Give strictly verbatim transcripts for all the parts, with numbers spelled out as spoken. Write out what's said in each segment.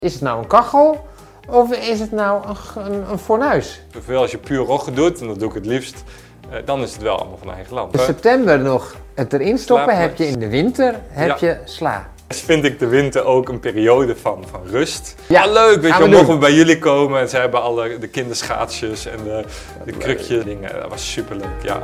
Is het nou een kachel of is het nou een, een, een fornuis? Bijvoorbeeld als je puur roggen doet, en dat doe ik het liefst, uh, dan is het wel allemaal van eigen land. In september nog het erin stoppen, Slapen. heb je in de winter heb Ja. je sla. Dus vind ik de winter ook een periode van, van rust. Ja, Ah, leuk, weet je, gaan we we mogen doen. we bij jullie komen en ze hebben alle de kinderschaatsjes en de, de krukje dingen. Dat was superleuk, ja.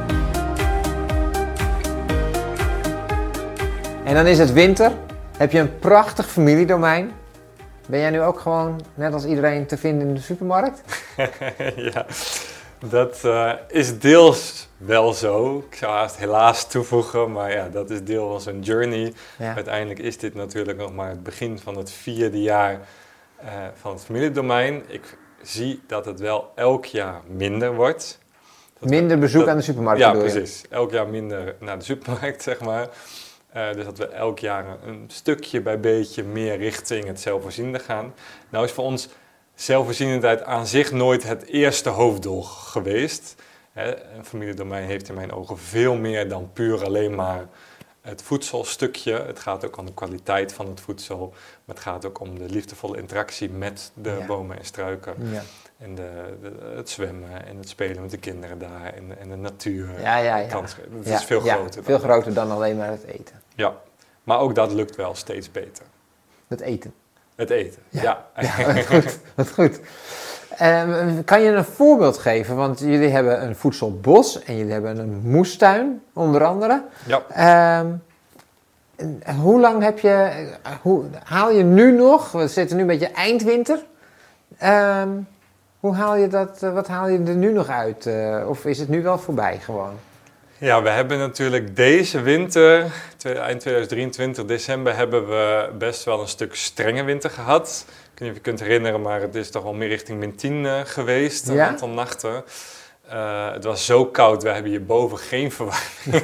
En dan is het winter, heb je een prachtig familiedomein. Ben jij nu ook gewoon, net als iedereen, te vinden in de supermarkt? Ja, dat uh, is deels wel zo. Ik zou haast helaas toevoegen, maar ja, dat is deel van zijn journey. Ja. Uiteindelijk is dit natuurlijk nog maar het begin van het vierde jaar uh, van het familiedomein. Ik zie dat het wel elk jaar minder wordt. Dat Minder we, bezoek dat, aan de supermarkt Ja, bedoel je? precies. Elk jaar minder naar de supermarkt, zeg maar. Uh, dus dat we elk jaar een stukje bij beetje meer richting het zelfvoorzienende gaan. Nou is voor ons zelfvoorzienendheid aan zich nooit het eerste hoofddoel geweest. Hè, een familiedomein heeft in mijn ogen veel meer dan puur alleen maar het voedselstukje. Het gaat ook om de kwaliteit van het voedsel. Maar het gaat ook om de liefdevolle interactie met de Ja. bomen en struiken. Ja. En de, de, het zwemmen en het spelen met de kinderen daar en, en de natuur. Ja, ja, ja. Kans- Dat Ja, is veel ja, groter. veel dan. groter dan alleen maar het eten. Ja, maar ook dat lukt wel steeds beter. Het eten. Het eten, ja. Ja, wat goed. Wat goed. Um, kan je een voorbeeld geven? Want jullie hebben een voedselbos en jullie hebben een moestuin, onder andere. Ja. Um, hoe lang heb je, hoe, haal je nu nog, we zitten nu een beetje eindwinter. Um, hoe haal je dat, wat haal je er nu nog uit? Uh, of is het nu wel voorbij gewoon? Ja, we hebben natuurlijk deze winter, eind tweeduizend drieëntwintig, december, hebben we best wel een stuk strenge winter gehad. Ik weet niet of je kunt herinneren, maar het is toch wel meer richting min tien uh, geweest, een ja? aantal nachten. Uh, het was zo koud, we hebben hierboven geen verwarming,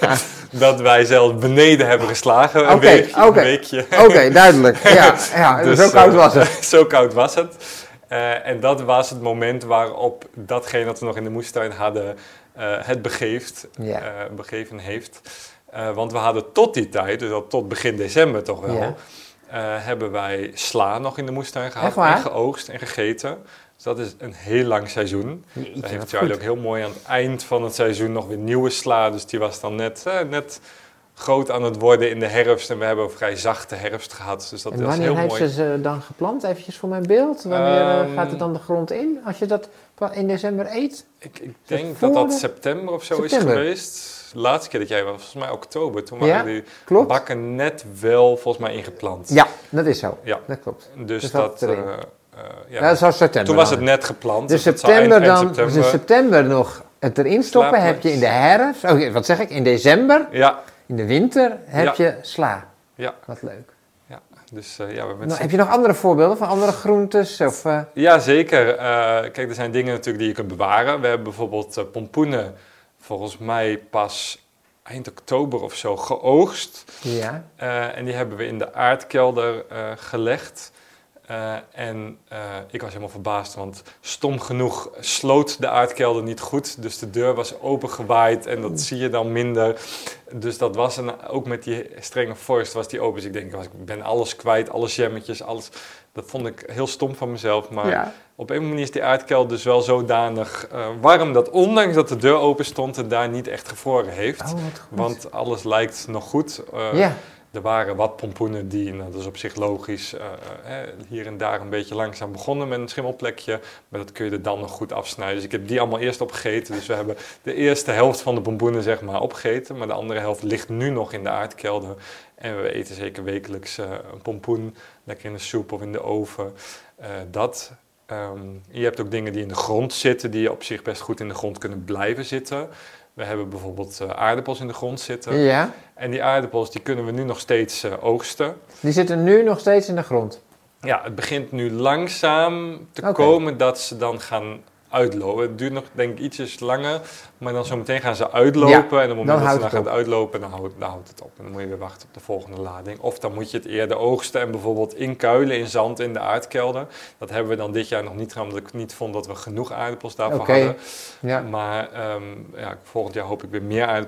dat wij zelfs beneden hebben geslagen, een, okay, weekje, okay. een weekje. Oké, okay, duidelijk. Ja, ja, dus, zo koud was het. Uh, zo koud was het. Uh, en dat was het moment waarop datgene dat we nog in de moestuin hadden, uh, het begeeft, ja. uh, begeven heeft. Uh, want we hadden tot die tijd, dus tot begin december toch wel, ja. uh, hebben wij sla nog in de moestuin gehad en geoogst en gegeten. Dus dat is een heel lang seizoen. Jeetje, dan heeft Charlie ook heel mooi aan het eind van het seizoen nog weer nieuwe sla. Dus die was dan net, uh, net groot aan het worden in de herfst. En we hebben een vrij zachte herfst gehad. Dus dat en was heel mooi. Wanneer heeft ze ze dan geplant? Eventjes voor mijn beeld. Wanneer um, gaat het dan de grond in? Als je dat in december eet? Ik, ik denk dat dat september of zo september. is geweest. De laatste keer dat jij was, volgens mij oktober. Toen waren ja, die klopt. bakken net wel volgens mij ingeplant. Ja, dat is zo. Ja. Dat klopt. Dus, dus dat... Uh, uh, ja, ja, dat was september. Toen was het net geplant. Dus, dus september eind, dan, eind september. dus in september nog het erin stoppen, Slapen. Heb je in de herfst, oh, wat zeg ik, in december, ja. in de winter heb ja. je sla. Ja. Wat leuk. Ja, dus uh, ja, we nou, heb je nog andere voorbeelden van andere groentes? Of, uh... Ja, zeker. Uh, kijk, er zijn dingen natuurlijk die je kunt bewaren. We hebben bijvoorbeeld uh, pompoenen, volgens mij pas eind oktober of zo, geoogst. Ja. Uh, en die hebben we in de aardkelder uh, gelegd. Uh, en uh, ik was helemaal verbaasd, want stom genoeg sloot de aardkelder niet goed. Dus de deur was opengewaaid en dat zie je dan minder. Dus dat was een, ook met die strenge vorst was die open. Dus ik denk, ik ben alles kwijt, alle jammetjes, alles. Dat vond ik heel stom van mezelf. Maar ja. op een manier is die aardkelder dus wel zodanig uh, warm dat ondanks dat de deur open stond, het daar niet echt gevroren heeft. Oh, want alles lijkt nog goed. Uh, ja. Er waren wat pompoenen die, nou, dat is op zich logisch, uh, uh, hier en daar een beetje langzaam begonnen met een schimmelplekje. Maar dat kun je er dan nog goed afsnijden. Dus ik heb die allemaal eerst opgegeten. Dus we hebben de eerste helft van de pompoenen zeg maar opgegeten. Maar de andere helft ligt nu nog in de aardkelder. En we eten zeker wekelijks uh, een pompoen, lekker in de soep of in de oven. Uh, dat. Um, je hebt ook dingen die in de grond zitten, die op zich best goed in de grond kunnen blijven zitten. We hebben bijvoorbeeld uh, aardappels in de grond zitten. Ja. En die aardappels die kunnen we nu nog steeds uh, oogsten. Die zitten nu nog steeds in de grond? Ja, het begint nu langzaam te okay. komen dat ze dan gaan uitlopen. Het duurt nog denk ik ietsjes langer, maar dan zometeen gaan ze uitlopen. Ja, en op het moment dan dat ze dan het gaat uitlopen, dan houdt, dan houdt het op. En dan moet je weer wachten op de volgende lading. Of dan moet je het eerder oogsten en bijvoorbeeld inkuilen in zand in de aardkelder. Dat hebben we dan dit jaar nog niet gedaan, omdat ik niet vond dat we genoeg aardappels daarvoor okay. hadden. Ja. Maar um, ja, volgend jaar hoop ik weer meer aardappel. Eigenlijk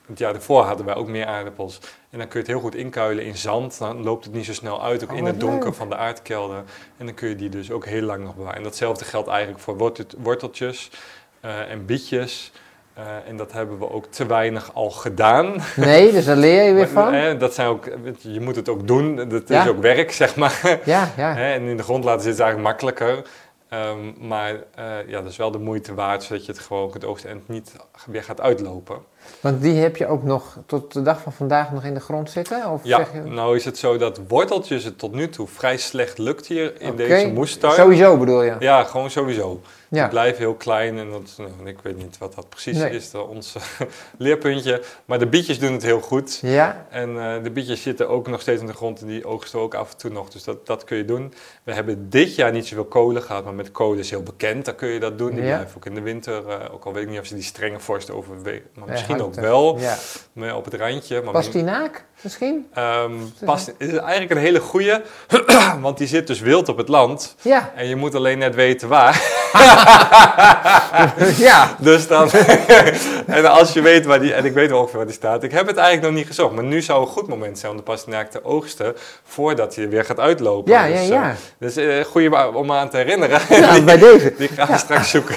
het jaar daarvoor hadden wij ook meer aardappels. En dan kun je het heel goed inkuilen in zand. Dan loopt het niet zo snel uit, ook Oh, in wat het donker leuk. van de aardkelder. En dan kun je die dus ook heel lang nog bewaren. En datzelfde geldt eigenlijk voor wortel- worteltjes uh, en bietjes. Uh, en dat hebben we ook te weinig al gedaan. Nee, dus daar leer je weer Maar, van. eh, dat zijn ook, je moet het ook doen. Dat Ja. is ook werk, zeg maar. Ja, ja. Hè, en in de grond laten zitten is eigenlijk makkelijker. Um, maar uh, ja, dat is wel de moeite waard, zodat je het gewoon kunt oogsten en het niet weer gaat uitlopen. Want die heb je ook nog tot de dag van vandaag nog in de grond zitten? Of Ja, zeg je... nou is het zo dat worteltjes het tot nu toe vrij slecht lukt hier in Oké. deze moestuin. Sowieso bedoel je? Ja, gewoon sowieso. Ja. Die blijven heel klein en dat, nou, ik weet niet wat dat precies Nee. is, dat ons leerpuntje. Maar de bietjes doen het heel goed. Ja. En uh, de bietjes zitten ook nog steeds in de grond en die oogsten we ook af en toe nog. Dus dat, dat kun je doen. We hebben dit jaar niet zoveel kolen gehad, maar met kolen is heel bekend. Dan kun je dat doen. Die Ja. blijven ook in de winter. Uh, ook al weet ik niet of ze die strenge vorst overwegen. Maar misschien Ja, ook houdt, wel. Ja. Maar op het randje. Maar Pastinaak misschien? Um, past, is eigenlijk een hele goeie. Want die zit dus wild op het land. Ja. En je moet alleen net weten waar. Ja. Dus dan, en als je weet waar die, en ik weet wel ongeveer waar die staat, ik heb het eigenlijk nog niet gezocht, maar nu zou een goed moment zijn om de pastinaak te oogsten, voordat hij weer gaat uitlopen. Ja, dus, ja, ja. Uh, dus uh, goeie om aan te herinneren. Ja, die, bij deze. Die gaan we Ja. straks zoeken.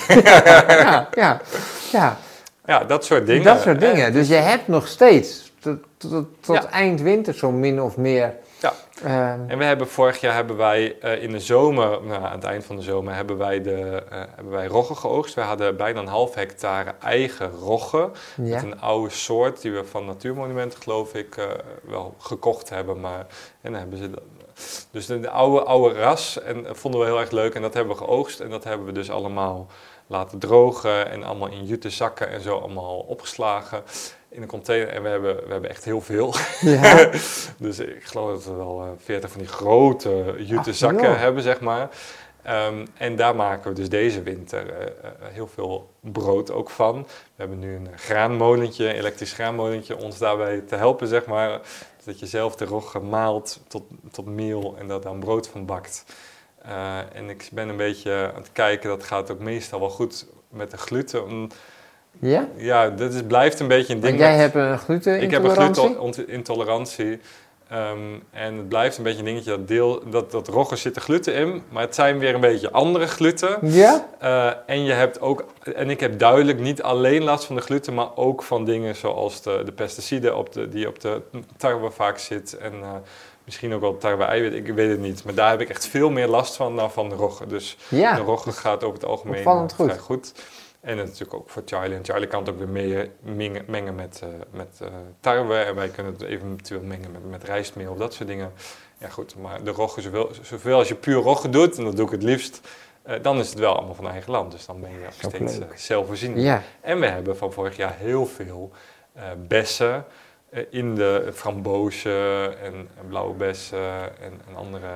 Ja, ja, ja. Ja, dat soort dingen. Dat soort dingen. En, Dus je hebt nog steeds tot, tot, tot Ja. eind winter zo min of meer. Ja. Um, En we hebben vorig jaar hebben wij uh, in de zomer, nou, aan het eind van de zomer, hebben wij, de, uh, hebben wij rogge geoogst. We hadden bijna een half hectare eigen rogge. ja. Met een oude soort die we van Natuurmonumenten, geloof ik, uh, wel gekocht hebben. Maar, en dan hebben ze dat, dus de, de oude, oude ras en dat vonden we heel erg leuk. En dat hebben we geoogst en dat hebben we dus allemaal laten drogen. En allemaal in jute zakken en zo allemaal opgeslagen in een container. En we hebben, we hebben echt heel veel. Ja. Dus ik geloof dat we wel uh, veertig van die grote jute Ach, zakken joh. hebben, zeg maar. Um, en daar maken we dus deze winter uh, uh, heel veel brood ook van. We hebben nu een graanmolentje, een elektrisch graanmolentje, ons daarbij te helpen, zeg maar. Dat je zelf de rogge maalt tot, tot meel en dat dan brood van bakt. Uh, en ik ben een beetje aan het kijken, dat gaat ook meestal wel goed met de gluten. Ja? Ja, dat is, blijft een beetje een ding. Want jij met, hebt een glutenintolerantie? Ik heb een glutenintolerantie. Um, en het blijft een beetje een dingetje, dat, deel, dat, dat rogge zit er gluten in, maar het zijn weer een beetje andere gluten. Ja? Uh, en je hebt ook, en ik heb duidelijk niet alleen last van de gluten, maar ook van dingen zoals de, de pesticiden op de, die op de tarwe vaak zit. En uh, misschien ook wel tarwe eiwit, ik weet het niet. Maar daar heb ik echt veel meer last van dan van de rogge. Dus Ja. de rogge gaat over het algemeen Opvallend goed. vrij goed. En natuurlijk ook voor Charlie. En Charlie kan het ook weer mee, mengen, mengen met, uh, met uh, tarwe. En wij kunnen het eventueel mengen met, met rijstmeel of dat soort dingen. Ja goed, maar de rogge, zoveel, zoveel als je puur rogge doet, en dat doe ik het liefst, uh, dan is het wel allemaal van eigen land. Dus dan ben je ook steeds uh, zelfvoorzienend. Ja. En we hebben van vorig jaar heel veel uh, bessen uh, in de frambozen en, en blauwe bessen en, en andere...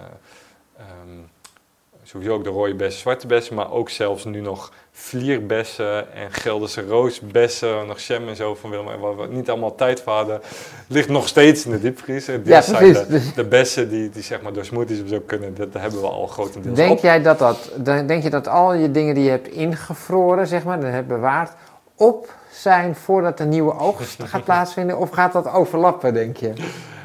Uh, um, Sowieso ook de rode bessen, zwarte bessen, maar ook zelfs nu nog vlierbessen en Gelderse roosbessen, nog jam en zo van Willem, waar we niet allemaal tijd voor hadden, ligt nog steeds in de diepvriezer. Dit Ja, zijn de, precies. de bessen die, die zeg maar door smoothies of zo kunnen, dat, dat hebben we al grotendeels Denk op. jij dat dat, dan denk je dat al je dingen die je hebt ingevroren, zeg maar, en hebt bewaard, op zijn voordat de nieuwe oogst gaat plaatsvinden? Of gaat dat overlappen, denk je?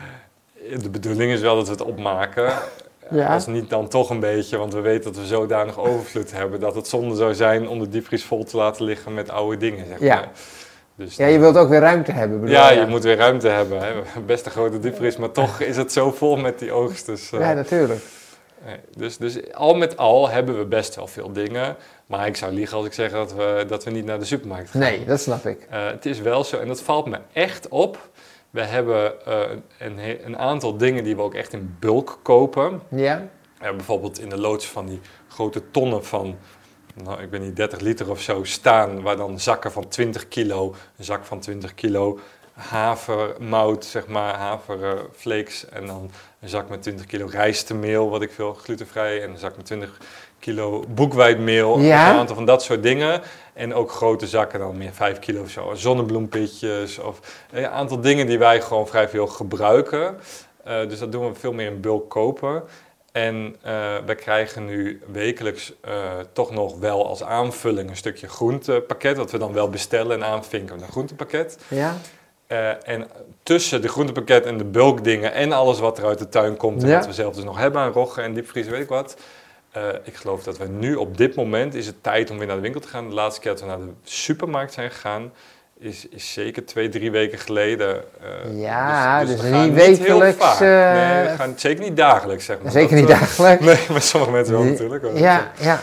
De bedoeling is wel dat we het opmaken. Ja. Als niet dan toch een beetje, want we weten dat we zodanig overvloed hebben dat het zonde zou zijn om de diepvries vol te laten liggen met oude dingen, zeg Ja. maar. Dus Ja, je wilt ook weer ruimte hebben, bedoel ja, je? je moet weer ruimte hebben. Hè. Best een grote diepvries, maar toch is het zo vol met die oogst. Dus, uh, Ja, natuurlijk. nee, dus, dus al met al hebben we best wel veel dingen. Maar ik zou liegen als ik zeg dat we, dat we niet naar de supermarkt gaan. Nee, dat snap ik. Uh, het is wel zo, en dat valt me echt op. We hebben uh, een, een aantal dingen die we ook echt in bulk kopen. Ja? Ja, bijvoorbeeld in de loods van die grote tonnen van, nou, ik weet niet, dertig liter of zo staan, waar dan zakken van twintig kilo, een zak van twintig kilo havermout, zeg maar, haverflakes en dan een zak met twintig kilo rijstemeel, wat ik veel, glutenvrij, en een zak met twintig kilo boekwijdmeel, Ja? een aantal van dat soort dingen. En ook grote zakken, dan meer vijf kilo of zo, zonnebloempitjes of een aantal dingen die wij gewoon vrij veel gebruiken. Uh, dus dat doen we veel meer in bulk kopen. En uh, we krijgen nu wekelijks uh, toch nog wel als aanvulling een stukje groentepakket, wat we dan wel bestellen en aanvinken met een groentepakket. Ja? Uh, en tussen de groentepakket en de bulkdingen en alles wat er uit de tuin komt... en Ja. wat we zelf dus nog hebben aan roggen en diepvriezen, weet ik wat... Uh, ik geloof dat we nu op dit moment is het tijd om weer naar de winkel te gaan. De laatste keer dat we naar de supermarkt zijn gegaan... Is, is zeker twee, drie weken geleden. Uh, ja, dus, dus, dus we niet gaan niet heel wekelijks... vaak. Uh, nee, we gaan zeker niet dagelijks, zeg maar. Zeker dat, niet uh, dagelijks. Nee, maar sommige mensen wel natuurlijk. Hoor. Ja, ja.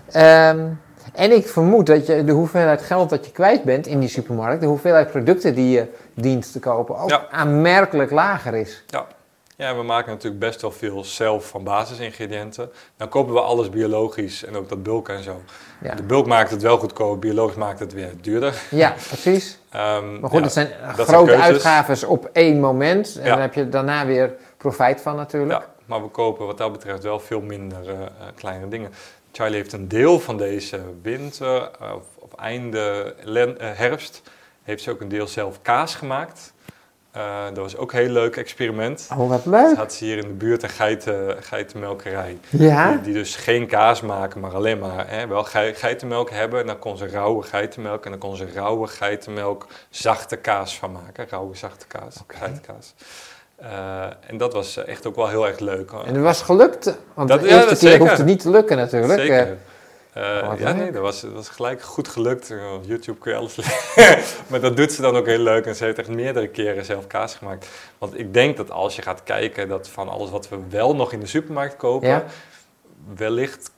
Um, en ik vermoed dat je de hoeveelheid geld dat je kwijt bent in die supermarkt... de hoeveelheid producten die je dient te kopen ook ja. aanmerkelijk lager is. Ja. Ja, we maken natuurlijk best wel veel zelf van basisingrediënten. Dan kopen we alles biologisch en ook dat bulk en zo. Ja. De bulk maakt het wel goedkoop, biologisch maakt het weer duurder. Ja, precies. um, maar goed, ja, het zijn dat grote zijn uitgaves op één moment. En ja. dan heb je daarna weer profijt van natuurlijk. Ja, maar we kopen wat dat betreft wel veel minder uh, kleine dingen. Charlie heeft een deel van deze winter, uh, of, of einde len, uh, herfst, heeft ze ook een deel zelf kaas gemaakt. Uh, dat was ook een heel leuk experiment. Oh, wat leuk. Dus had ze hier in de buurt een geiten, geitenmelkerij. Ja? Die, die dus geen kaas maken, maar alleen maar hè, wel ge, geitenmelk hebben. En dan kon ze rauwe geitenmelk en dan kon ze rauwe geitenmelk zachte kaas van maken. Rauwe zachte kaas, okay. geitenkaas. Uh, en dat was echt ook wel heel erg leuk. Hoor. En dat was gelukt? Want dat, de eerste ja, keer zeker. hoeft het niet te lukken natuurlijk. Zeker. Uh, oh, ja, nee, dat was, dat was gelijk goed gelukt. Op YouTube kun je alles leren. Maar dat doet ze dan ook heel leuk. En ze heeft echt meerdere keren zelf kaas gemaakt. Want ik denk dat als je gaat kijken, dat van alles wat we wel nog in de supermarkt kopen, ja. wellicht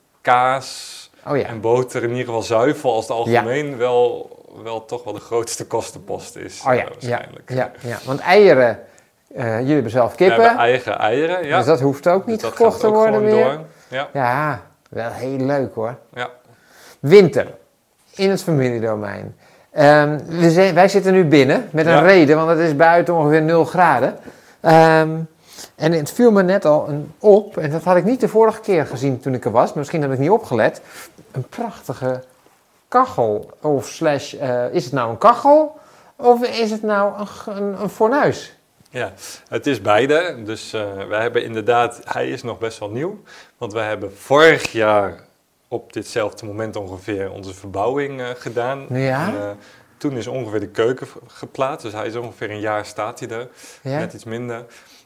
kaas oh, ja. en boter, in ieder geval zuivel als het algemeen, ja. wel, wel toch wel de grootste kostenpost is. Oh ja, uh, waarschijnlijk. Ja, ja, ja. Want eieren, uh, jullie hebben zelf kippen. We hebben eigen eieren, ja. Dus dat hoeft ook niet dus gekocht te worden meer. Door. Ja. ja. Wel heel leuk hoor. Ja. Winter, in het familiedomein. Um, we zijn, wij zitten nu binnen, met een ja. reden, want het is buiten ongeveer nul graden. Um, en het viel me net al een op, en dat had ik niet de vorige keer gezien toen ik er was, maar misschien heb ik niet opgelet. Een prachtige kachel, of slash, uh, is het nou een kachel, of is het nou een, een, een fornuis? Ja, het is beide. Dus uh, wij hebben inderdaad, hij is nog best wel nieuw. Want wij hebben vorig jaar op ditzelfde moment ongeveer onze verbouwing uh, gedaan. Ja. En, uh, toen is ongeveer de keuken geplaatst. Dus hij is ongeveer een jaar staat hij er. Ja. Net iets minder.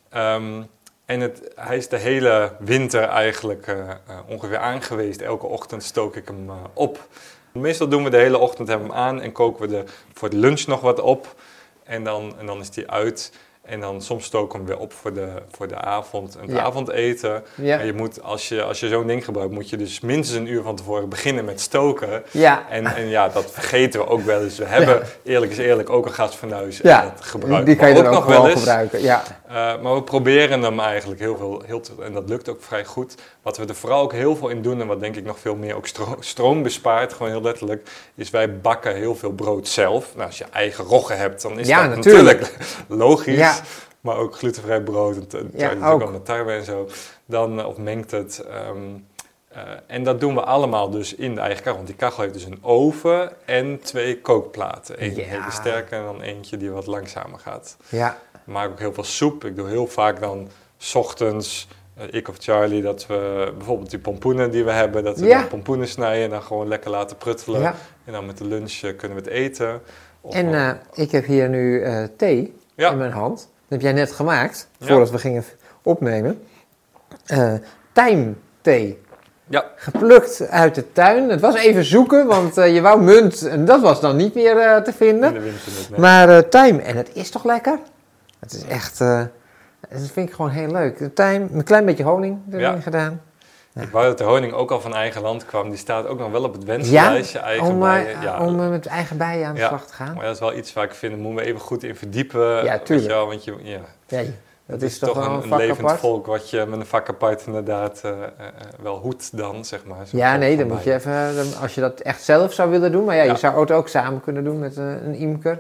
Um, en het, hij is de hele winter eigenlijk uh, uh, ongeveer aangeweest. Elke ochtend stook ik hem uh, op. Meestal doen we de hele ochtend hem aan en koken we er voor de lunch nog wat op. En dan, en dan is hij uit. En dan soms stoken we hem weer op voor de, voor de avond, het ja. avondeten. Ja. En je moet, als je, als je zo'n ding gebruikt, moet je dus minstens een uur van tevoren beginnen met stoken. Ja. En, en ja, dat vergeten we ook wel eens. We hebben, ja. eerlijk is eerlijk, ook een gasfornuis. Ja, en dat gebruiken die kan je ook dan ook nog wel wel eens. gebruiken. Ja. Uh, maar we proberen hem eigenlijk heel veel, heel te, en dat lukt ook vrij goed. Wat we er vooral ook heel veel in doen, en wat denk ik nog veel meer ook stro- stroom bespaart, gewoon heel letterlijk, is wij bakken heel veel brood zelf. Nou, als je eigen roggen hebt, dan is ja, dat natuurlijk, natuurlijk logisch. Ja. Maar ook glutenvrij brood, en t- ja, ook al met tarwe en zo. Dan, uh, of mengt het. Um, uh, en dat doen we allemaal dus in de eigen kachel. Want die kachel heeft dus een oven en twee kookplaten. Eén ja. hele sterke en dan eentje die wat langzamer gaat. Ja. Ik maak ook heel veel soep. Ik doe heel vaak dan 's ochtends, uh, ik of Charlie, dat we bijvoorbeeld die pompoenen die we hebben, dat we ja. dan pompoenen snijden en dan gewoon lekker laten pruttelen. Ja. En dan met de lunch uh, kunnen we het eten. Of en uh, ik heb hier nu uh, thee ja. in mijn hand. Dat heb jij net gemaakt, voordat ja. we gingen opnemen. Uh, tijmthee. Ja. Geplukt uit de tuin. Het was even zoeken, want uh, je wou munt en dat was dan niet meer uh, te vinden. In de winter niet, nee. Maar uh, tijm, en het is toch lekker? Het is echt, uh, dat vind ik gewoon heel leuk. De tijm, een klein beetje honing erin ja. gedaan. Ja. Ik wou dat de honing ook al van eigen land kwam. Die staat ook nog wel op het wensenlijstje. Ja? Eigen om, uh, bijen. Ja. om uh, met eigen bijen aan de ja. slag te gaan. Maar dat is wel iets waar ik vind, daar moeten we even goed in verdiepen. Ja, tuurlijk. Je wel, want je, ja. Ja, dat is, is toch, toch wel een, een, een levend apart. volk wat je met een vak apart inderdaad uh, uh, wel hoedt dan, zeg maar. Ja, nee, dan moet je even, dan, als je dat echt zelf zou willen doen. Maar ja, ja. je zou het ook samen kunnen doen met uh, een imker.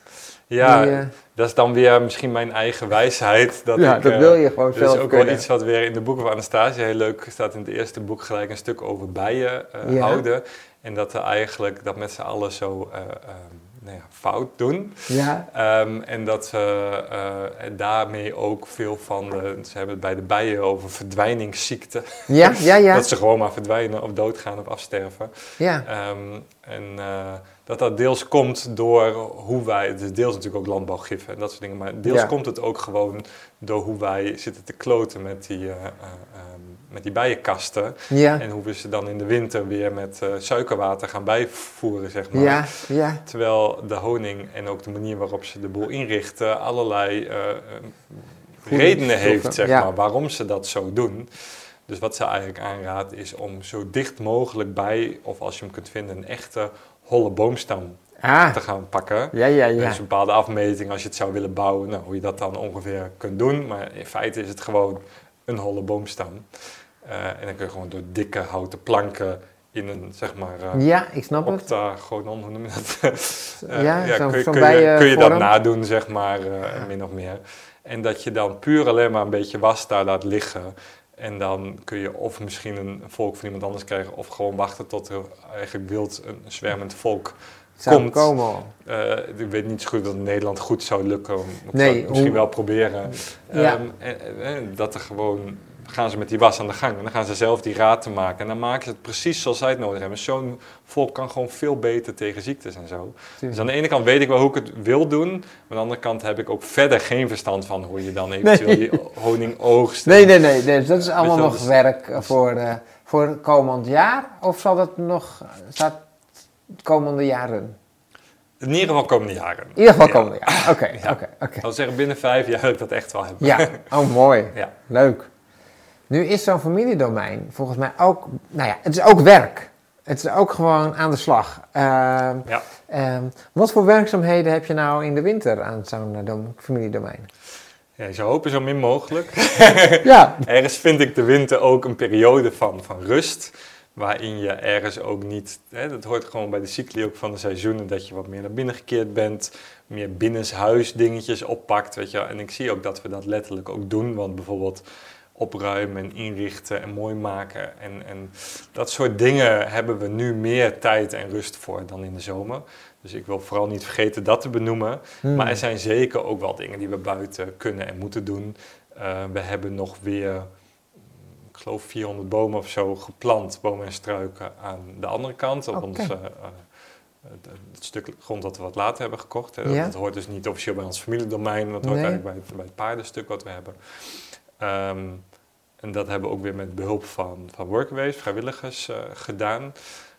Ja, die, uh, dat is dan weer misschien mijn eigen wijsheid. Dat ja, ik, dat uh, wil je gewoon zelf Dat is ook kunnen. wel iets wat weer in de boeken van Anastasia heel leuk staat. In het eerste boek gelijk een stuk over bijen uh, ja. houden. En dat er eigenlijk, dat met z'n allen zo uh, uh, nou ja, fout doen. Ja. Um, en dat we uh, daarmee ook veel van, de, ze hebben het bij de bijen over verdwijningsziekten. Ja, ja, ja. Dat ze gewoon maar verdwijnen of doodgaan of afsterven. Ja. Um, en uh, dat dat deels komt door hoe wij, het is deels natuurlijk ook landbouwgiffen en dat soort dingen, maar deels Ja. komt het ook gewoon door hoe wij zitten te kloten met die, uh, uh, um, met die bijenkasten. Ja, En hoe we ze dan in de winter weer met uh, suikerwater gaan bijvoeren, zeg maar. ja, ja. Terwijl de honing en ook de manier waarop ze de boel inrichten allerlei uh, uh, Goede redenen heeft, stoffen, zeg ja. maar, waarom ze dat zo doen. Dus wat ze eigenlijk aanraadt is om zo dicht mogelijk bij, of als je hem kunt vinden, een echte holle boomstam Ah, te gaan pakken. ja, ja, ja. Dus een bepaalde afmeting als je het zou willen bouwen, nou, hoe je dat dan ongeveer kunt doen. Maar in feite is het gewoon een holle boomstam. Uh, en dan kun je gewoon door dikke houten planken in een, zeg maar, uh, Ja, ik snap het. octagonon, hoe noem je dat? Uh, Ja, zo'n- kun, je- zo'n kun, je, bijen- kun je dat vorm. nadoen, zeg maar, uh, min of meer. En dat je dan puur alleen maar een beetje was daar laat liggen. En dan kun je of misschien een volk van iemand anders krijgen, of gewoon wachten tot er eigenlijk wild een zwermend volk Zou komt. komen al. Uh, ik weet niet zo goed dat het in Nederland goed zou lukken. Ik Nee, zou het misschien hoe- wel proberen. Ja. Um, en, en- en dat er gewoon, gaan ze met die was aan de gang. En dan gaan ze zelf die raten maken. En dan maken ze het precies zoals zij het nodig hebben. Zo'n volk kan gewoon veel beter tegen ziektes en zo. Dus aan de ene kant weet ik wel hoe ik het wil doen. Maar aan de andere kant heb ik ook verder geen verstand van hoe je dan eventueel Nee. die honing oogst. Nee, nee, nee, nee. Dat is allemaal je wel, nog dus- werk eh, voor, eh, voor het komend jaar? Of zal dat nog, staat het komende jaren? In ieder geval komende jaren. In ieder geval Ja. komende jaar. Oké, Ja. oké, oké. Ik wil zeggen, binnen vijf jaar wil ik dat echt wel hebben. Ja, oh mooi. Ja. Leuk. Nu is zo'n familiedomein volgens mij ook, nou ja, het is ook werk. Het is ook gewoon aan de slag. Ehm, Ja. ehm, wat voor werkzaamheden heb je nou in de winter aan zo'n eh, dom- familiedomein? Ja, je zou hopen zo min mogelijk. Ja, Ergens vind ik de winter ook een periode van, van rust. Waarin je ergens ook niet... Hè, dat hoort gewoon bij de cycli ook van de seizoenen. Dat je wat meer naar binnen gekeerd bent. Meer binnenshuis dingetjes oppakt. Weet je wel. En ik zie ook dat we dat letterlijk ook doen. Want bijvoorbeeld opruimen en inrichten en mooi maken. En, en dat soort dingen hebben we nu meer tijd en rust voor dan in de zomer. Dus ik wil vooral niet vergeten dat te benoemen. Hmm. Maar er zijn zeker ook wel dingen die we buiten kunnen en moeten doen. Uh, we hebben nog weer, ik geloof vierhonderd bomen of zo geplant, bomen en struiken aan de andere kant. Op Oké. ons, uh, uh, het, het stuk grond dat we wat later hebben gekocht. Hè. Ja. Dat hoort dus niet officieel bij ons familiedomein. Dat hoort Nee. eigenlijk bij het, bij het paardenstuk wat we hebben. Um, en dat hebben we ook weer met behulp van, van Workaways, vrijwilligers, uh, gedaan.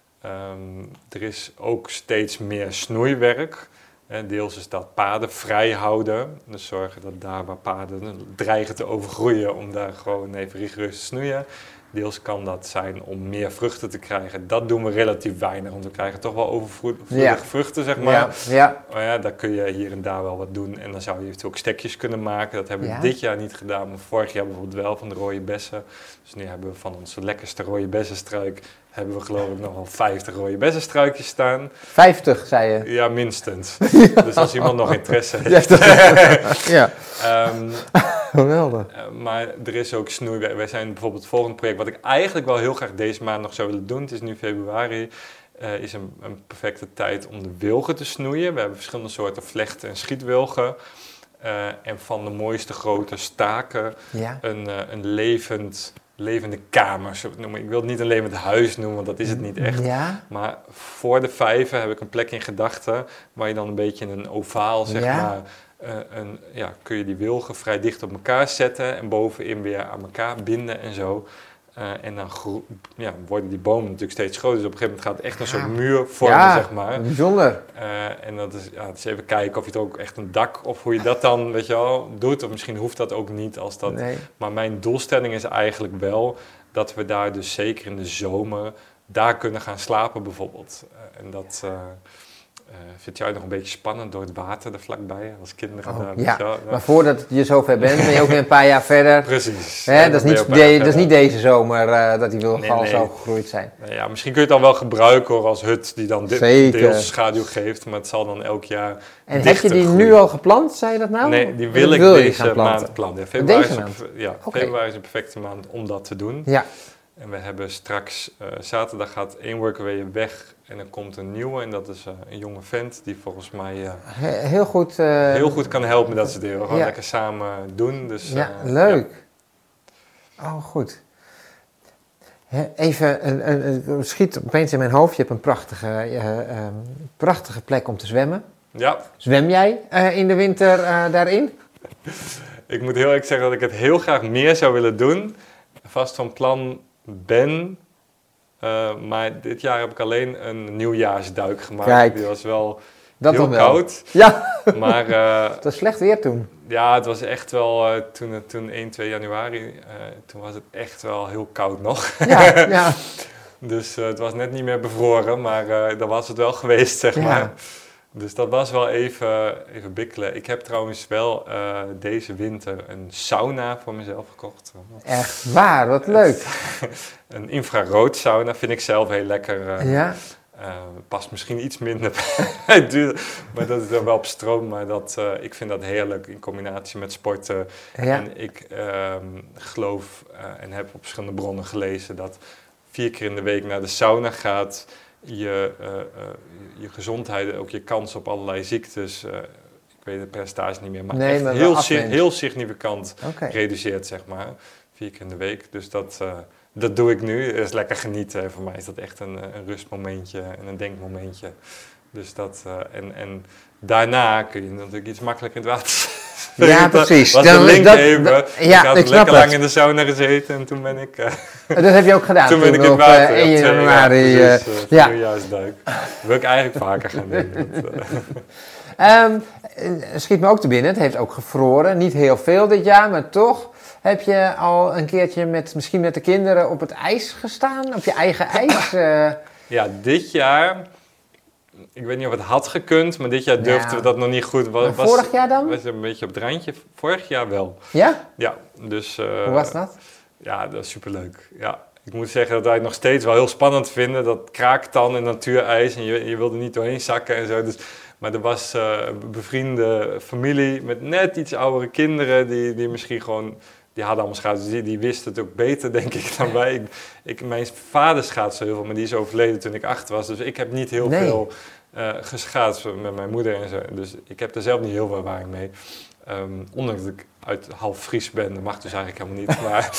Um, er is ook steeds meer snoeiwerk. En deels is dat paden vrij houden. Dus zorgen dat daar waar paden dreigen te overgroeien, om daar gewoon even rigoureus te snoeien. Deels kan dat zijn om meer vruchten te krijgen. Dat doen we relatief weinig, want we krijgen toch wel overvloedige Ja. vruchten, zeg maar. ja, ja. Maar ja, daar kun je hier en daar wel wat doen. En dan zou je eventueel ook stekjes kunnen maken. Dat hebben we Ja. dit jaar niet gedaan, maar vorig jaar bijvoorbeeld wel van de rode bessen. Dus nu hebben we van onze lekkerste rode bessenstruik, hebben we geloof ik nog wel vijftig rode bessenstruikjes staan. vijftig, zei je. Ja, minstens. Dus als iemand nog interesse Ja, heeft. dat- ja. Ehm, Geweldig. uh, maar er is ook snoeiwerk. Wij zijn bijvoorbeeld het volgende project, wat ik eigenlijk wel heel graag deze maand nog zou willen doen. Het is nu februari. Uh, is een, een perfecte tijd om de wilgen te snoeien. We hebben verschillende soorten vlechten en schietwilgen. Uh, en van de mooiste grote staken Ja. een, uh, een levend, levende kamer. Zo noemen. Ik wil het niet een levend huis noemen, want dat is het niet echt. Ja. Maar voor de vijven heb ik een plek in gedachten waar je dan een beetje in een ovaal, zeg Ja. maar, uh, een, ja, kun je die wilgen vrij dicht op elkaar zetten en bovenin weer aan elkaar binden en zo. Uh, en dan gro- ja, worden die bomen natuurlijk steeds groter. Dus op een gegeven moment gaat het echt een Ja. soort muur vormen, Ja, zeg maar. bijzonder. Uh, en dat is, ja, het is even kijken of je het ook echt een dak, of hoe je dat dan, weet je wel, doet. Of misschien hoeft dat ook niet als dat... Nee. Maar mijn doelstelling is eigenlijk wel dat we daar dus zeker in de zomer daar kunnen gaan slapen bijvoorbeeld. Uh, en dat uh, uh, vind jij nog een beetje spannend door het water er vlakbij als kinderen. Oh, daar, ja, zo, maar voordat je zover bent, ben je ook weer een paar jaar verder. Precies. Hè, Ja, dat, is dan ben je niet, ook een paar de- jaar dat is niet verder. deze zomer uh, dat die wilgen Nee, al nee. zo gegroeid zijn. Nou ja, misschien kun je het dan wel gebruiken hoor, als hut die dan de- Zeker. deels schaduw geeft, maar het zal dan elk jaar En heb dichter je die groeien. nu al geplant, zei je dat nou? Nee, die Of wil ik je deze gaan planten? maand planten. Ja, februari, Deze is maand? een, ja, Oké. februari is een perfecte maand om dat te doen. Ja, En we hebben straks, uh, zaterdag gaat één workaway weg en er komt een nieuwe. En dat is uh, een jonge vent die volgens mij uh, he- heel goed. uh, heel goed kan helpen met dat soort dingen. We gaan ja. lekker samen doen. Dus, Ja, uh, leuk. Oh, goed. Even, een, een, een, schiet opeens in mijn hoofd. Je hebt een prachtige, uh, um, prachtige plek om te zwemmen. Ja. Zwem jij uh, in de winter uh, daarin? Ik moet heel eerlijk zeggen dat ik het heel graag meer zou willen doen. Vast van plan ben. Uh, maar dit jaar heb ik alleen een nieuwjaarsduik gemaakt. Kijk, die was wel dat heel wel. koud. Ja, maar, uh, het was slecht weer toen. Ja, het was echt wel, uh, toen, toen één, twee januari, uh, toen was het echt wel heel koud nog. Ja, ja. Dus uh, het was net niet meer bevroren, maar uh, dan was het wel geweest, zeg ja. maar. Dus dat was wel even, even bikkelen. Ik heb trouwens wel uh, deze winter een sauna voor mezelf gekocht. Echt waar, wat leuk. Een infrarood sauna vind ik zelf heel lekker. Uh, ja. Uh, past misschien iets minder bij duur, maar dat is dan wel op stroom. Maar dat, uh, ik vind dat heerlijk in combinatie met sporten. Ja. En ik uh, geloof uh, en heb op verschillende bronnen gelezen dat vier keer in de week naar de sauna gaat, je, uh, uh, je gezondheid, ook je kans op allerlei ziektes, uh, ik weet het percentage niet meer, maar nee, echt maar heel, si- heel significant okay. reduceert, zeg maar. Vier keer in de week. Dus dat... Uh, Dat doe ik nu. Dat is lekker genieten. Voor mij is dat echt een, een rustmomentje en een denkmomentje. Dus dat, uh, en, en daarna kun je natuurlijk iets makkelijker in het water zetten. Ja, precies. Was de link dat, even. Dat, ja, ik had ik lekker lang het. in de sauna gezeten en toen ben ik... Uh, dat heb je ook gedaan. Toen, toen ben ik in het water. Uh, één januari. Ja, precies, uh, ja. Nieuwjaarsduik. Dat wil ik eigenlijk vaker gaan doen. Dat, uh. um, schiet me ook te binnen. Het heeft ook gevroren. Niet heel veel dit jaar, maar toch... Heb je al een keertje met, misschien met de kinderen op het ijs gestaan? Op je eigen ijs? Uh... Ja, dit jaar... Ik weet niet of het had gekund, maar dit jaar durfden ja. we dat nog niet goed. Was, vorig jaar dan? Was een beetje op het randje. Vorig jaar wel. Ja? Ja, dus... Uh, Hoe was dat? Ja, dat is superleuk. Ja. Ik moet zeggen dat wij het nog steeds wel heel spannend vinden. Dat kraaktan en natuurijs en je, je wilde niet doorheen zakken en zo. Dus... Maar er was uh, een bevriende familie met net iets oudere kinderen die, die misschien gewoon... Die hadden allemaal schaatsen, die, die wisten het ook beter, denk ik, dan wij. Ik, ik, mijn vader schaatste heel veel, maar die is overleden toen ik acht was. Dus ik heb niet heel nee. veel uh, geschaatst met mijn moeder en zo. Dus ik heb er zelf niet heel veel ervaring mee. Um, ondanks dat ik uit half Fries ben, dat mag dus eigenlijk helemaal niet. Maar,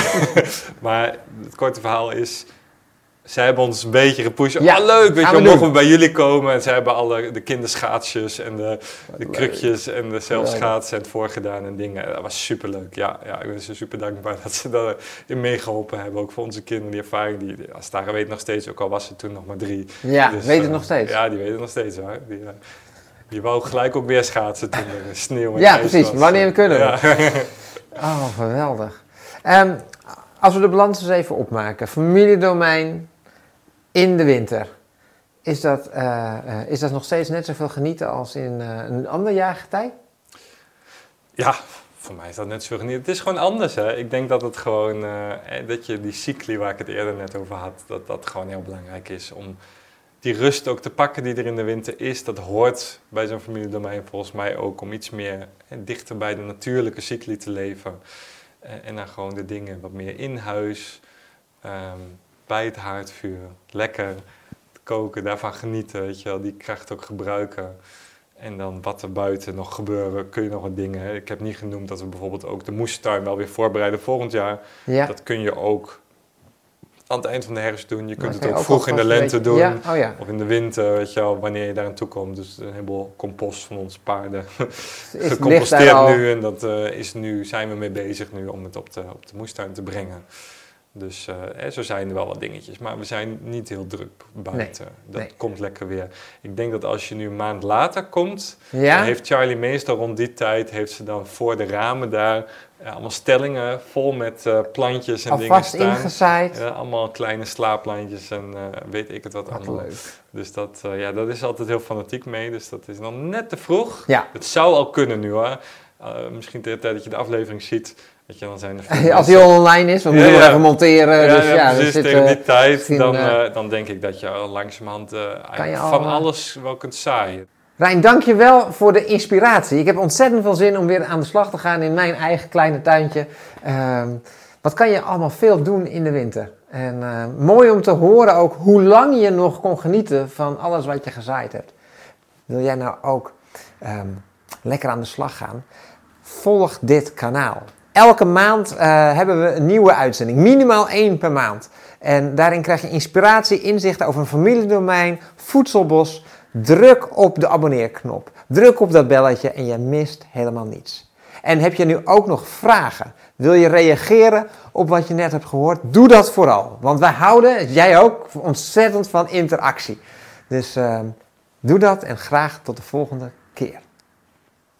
maar het korte verhaal is... Zij hebben ons een beetje gepusht. Ja, oh, leuk, weet je wel, mogen we bij jullie komen. En zij hebben alle de kinderschaatsjes en de, de krukjes en de zelfschaatsen en het voorgedaan en dingen. Dat was superleuk. Ja, ja, ik ben ze super dankbaar dat ze daarin meegeholpen hebben. Ook voor onze kinderen, die ervaring. Die, die Astara weet nog steeds, ook al was ze toen nog maar drie. Ja, dus, weet het uh, nog steeds. Ja, die weten het nog steeds hoor. Die, uh, die wou gelijk ook weer schaatsen toen er sneeuw en ja, ijs precies. was. Wanneer we kunnen. Ja. Oh, geweldig. Um, als we de balans eens even opmaken. Familiedomein... In de winter, is dat, uh, uh, is dat nog steeds net zoveel genieten als in uh, een ander jaargetij? Ja, voor mij is dat net zoveel genieten. Het is gewoon anders, hè. Ik denk dat het gewoon, uh, dat je die cycli waar ik het eerder net over had, dat dat gewoon heel belangrijk is om die rust ook te pakken die er in de winter is. Dat hoort bij zo'n familiedomein volgens mij ook om iets meer hè, dichter bij de natuurlijke cycli te leven. Uh, en dan gewoon de dingen wat meer in huis. Um, bij het haardvuur, lekker koken, daarvan genieten, weet je wel, die kracht ook gebruiken. En dan wat er buiten nog gebeuren, kun je nog wat dingen. Hè. Ik heb niet genoemd dat we bijvoorbeeld ook de moestuin wel weer voorbereiden volgend jaar. Ja. Dat kun je ook aan het eind van de herfst doen. Je kunt het ook, ook vroeg in de lente beetje... doen. Ja. Oh, ja. Of in de winter, weet je wel, wanneer je daar aan toe komt. Dus een heleboel compost van onze paarden gecomposteerd nu. En dat uh, is nu, zijn we mee bezig nu om het op de, op de moestuin te brengen. Dus uh, zo zijn er wel wat dingetjes, maar we zijn niet heel druk buiten. Nee, dat nee. komt lekker weer. Ik denk dat als je nu een maand later komt, ja? dan heeft Charlie meestal rond die tijd, heeft ze dan voor de ramen daar uh, allemaal stellingen vol met uh, plantjes en Alvast dingen staan. ingezaaid. Ja, allemaal kleine slaapplantjes en uh, weet ik het wat, wat allemaal. Leuk. Dus dat, uh, ja, dat is altijd heel fanatiek mee, dus dat is nog net te vroeg. Ja. Het zou al kunnen nu hoor. Uh, misschien tegen de tijd dat je de aflevering ziet. Je, dan zijn er als die al online is, we moeten ja, nog ja. even monteren. Ja, dus ja, ja, precies, zit, tegen die tijd, dan, uh, uh, dan denk ik dat je al langzamerhand uh, je van al, alles wel kunt zaaien. Rijn, dank je wel voor de inspiratie. Ik heb ontzettend veel zin om weer aan de slag te gaan in mijn eigen kleine tuintje. Uh, wat kan je allemaal veel doen in de winter? En uh, mooi om te horen ook hoe lang je nog kon genieten van alles wat je gezaaid hebt. Wil jij nou ook um, lekker aan de slag gaan? Volg dit kanaal. elke maand uh, hebben we een nieuwe uitzending. Minimaal één per maand. En daarin krijg je inspiratie, inzichten over een familiedomein, voedselbos. Druk op de abonneerknop. Druk op dat belletje en je mist helemaal niets. En heb je nu ook nog vragen? Wil je reageren op wat je net hebt gehoord? Doe dat vooral. Want wij houden, jij ook, ontzettend van interactie. Dus uh, doe dat en graag tot de volgende keer.